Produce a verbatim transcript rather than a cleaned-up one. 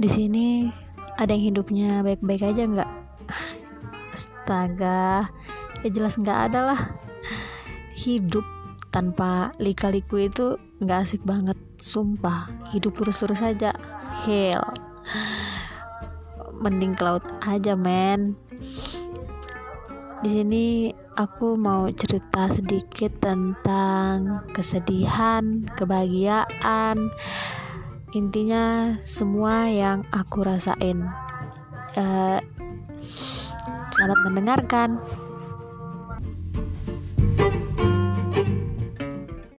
Di sini ada yang hidupnya baik-baik aja nggak? Astaga, ya jelas nggak ada lah. Hidup tanpa lika-liku itu nggak asik banget, sumpah. Hidup lurus-lurus aja, hell. Mending ke laut aja, men. Di sini aku mau cerita sedikit tentang kesedihan, kebahagiaan, intinya semua yang aku rasain. Uh, selamat mendengarkan.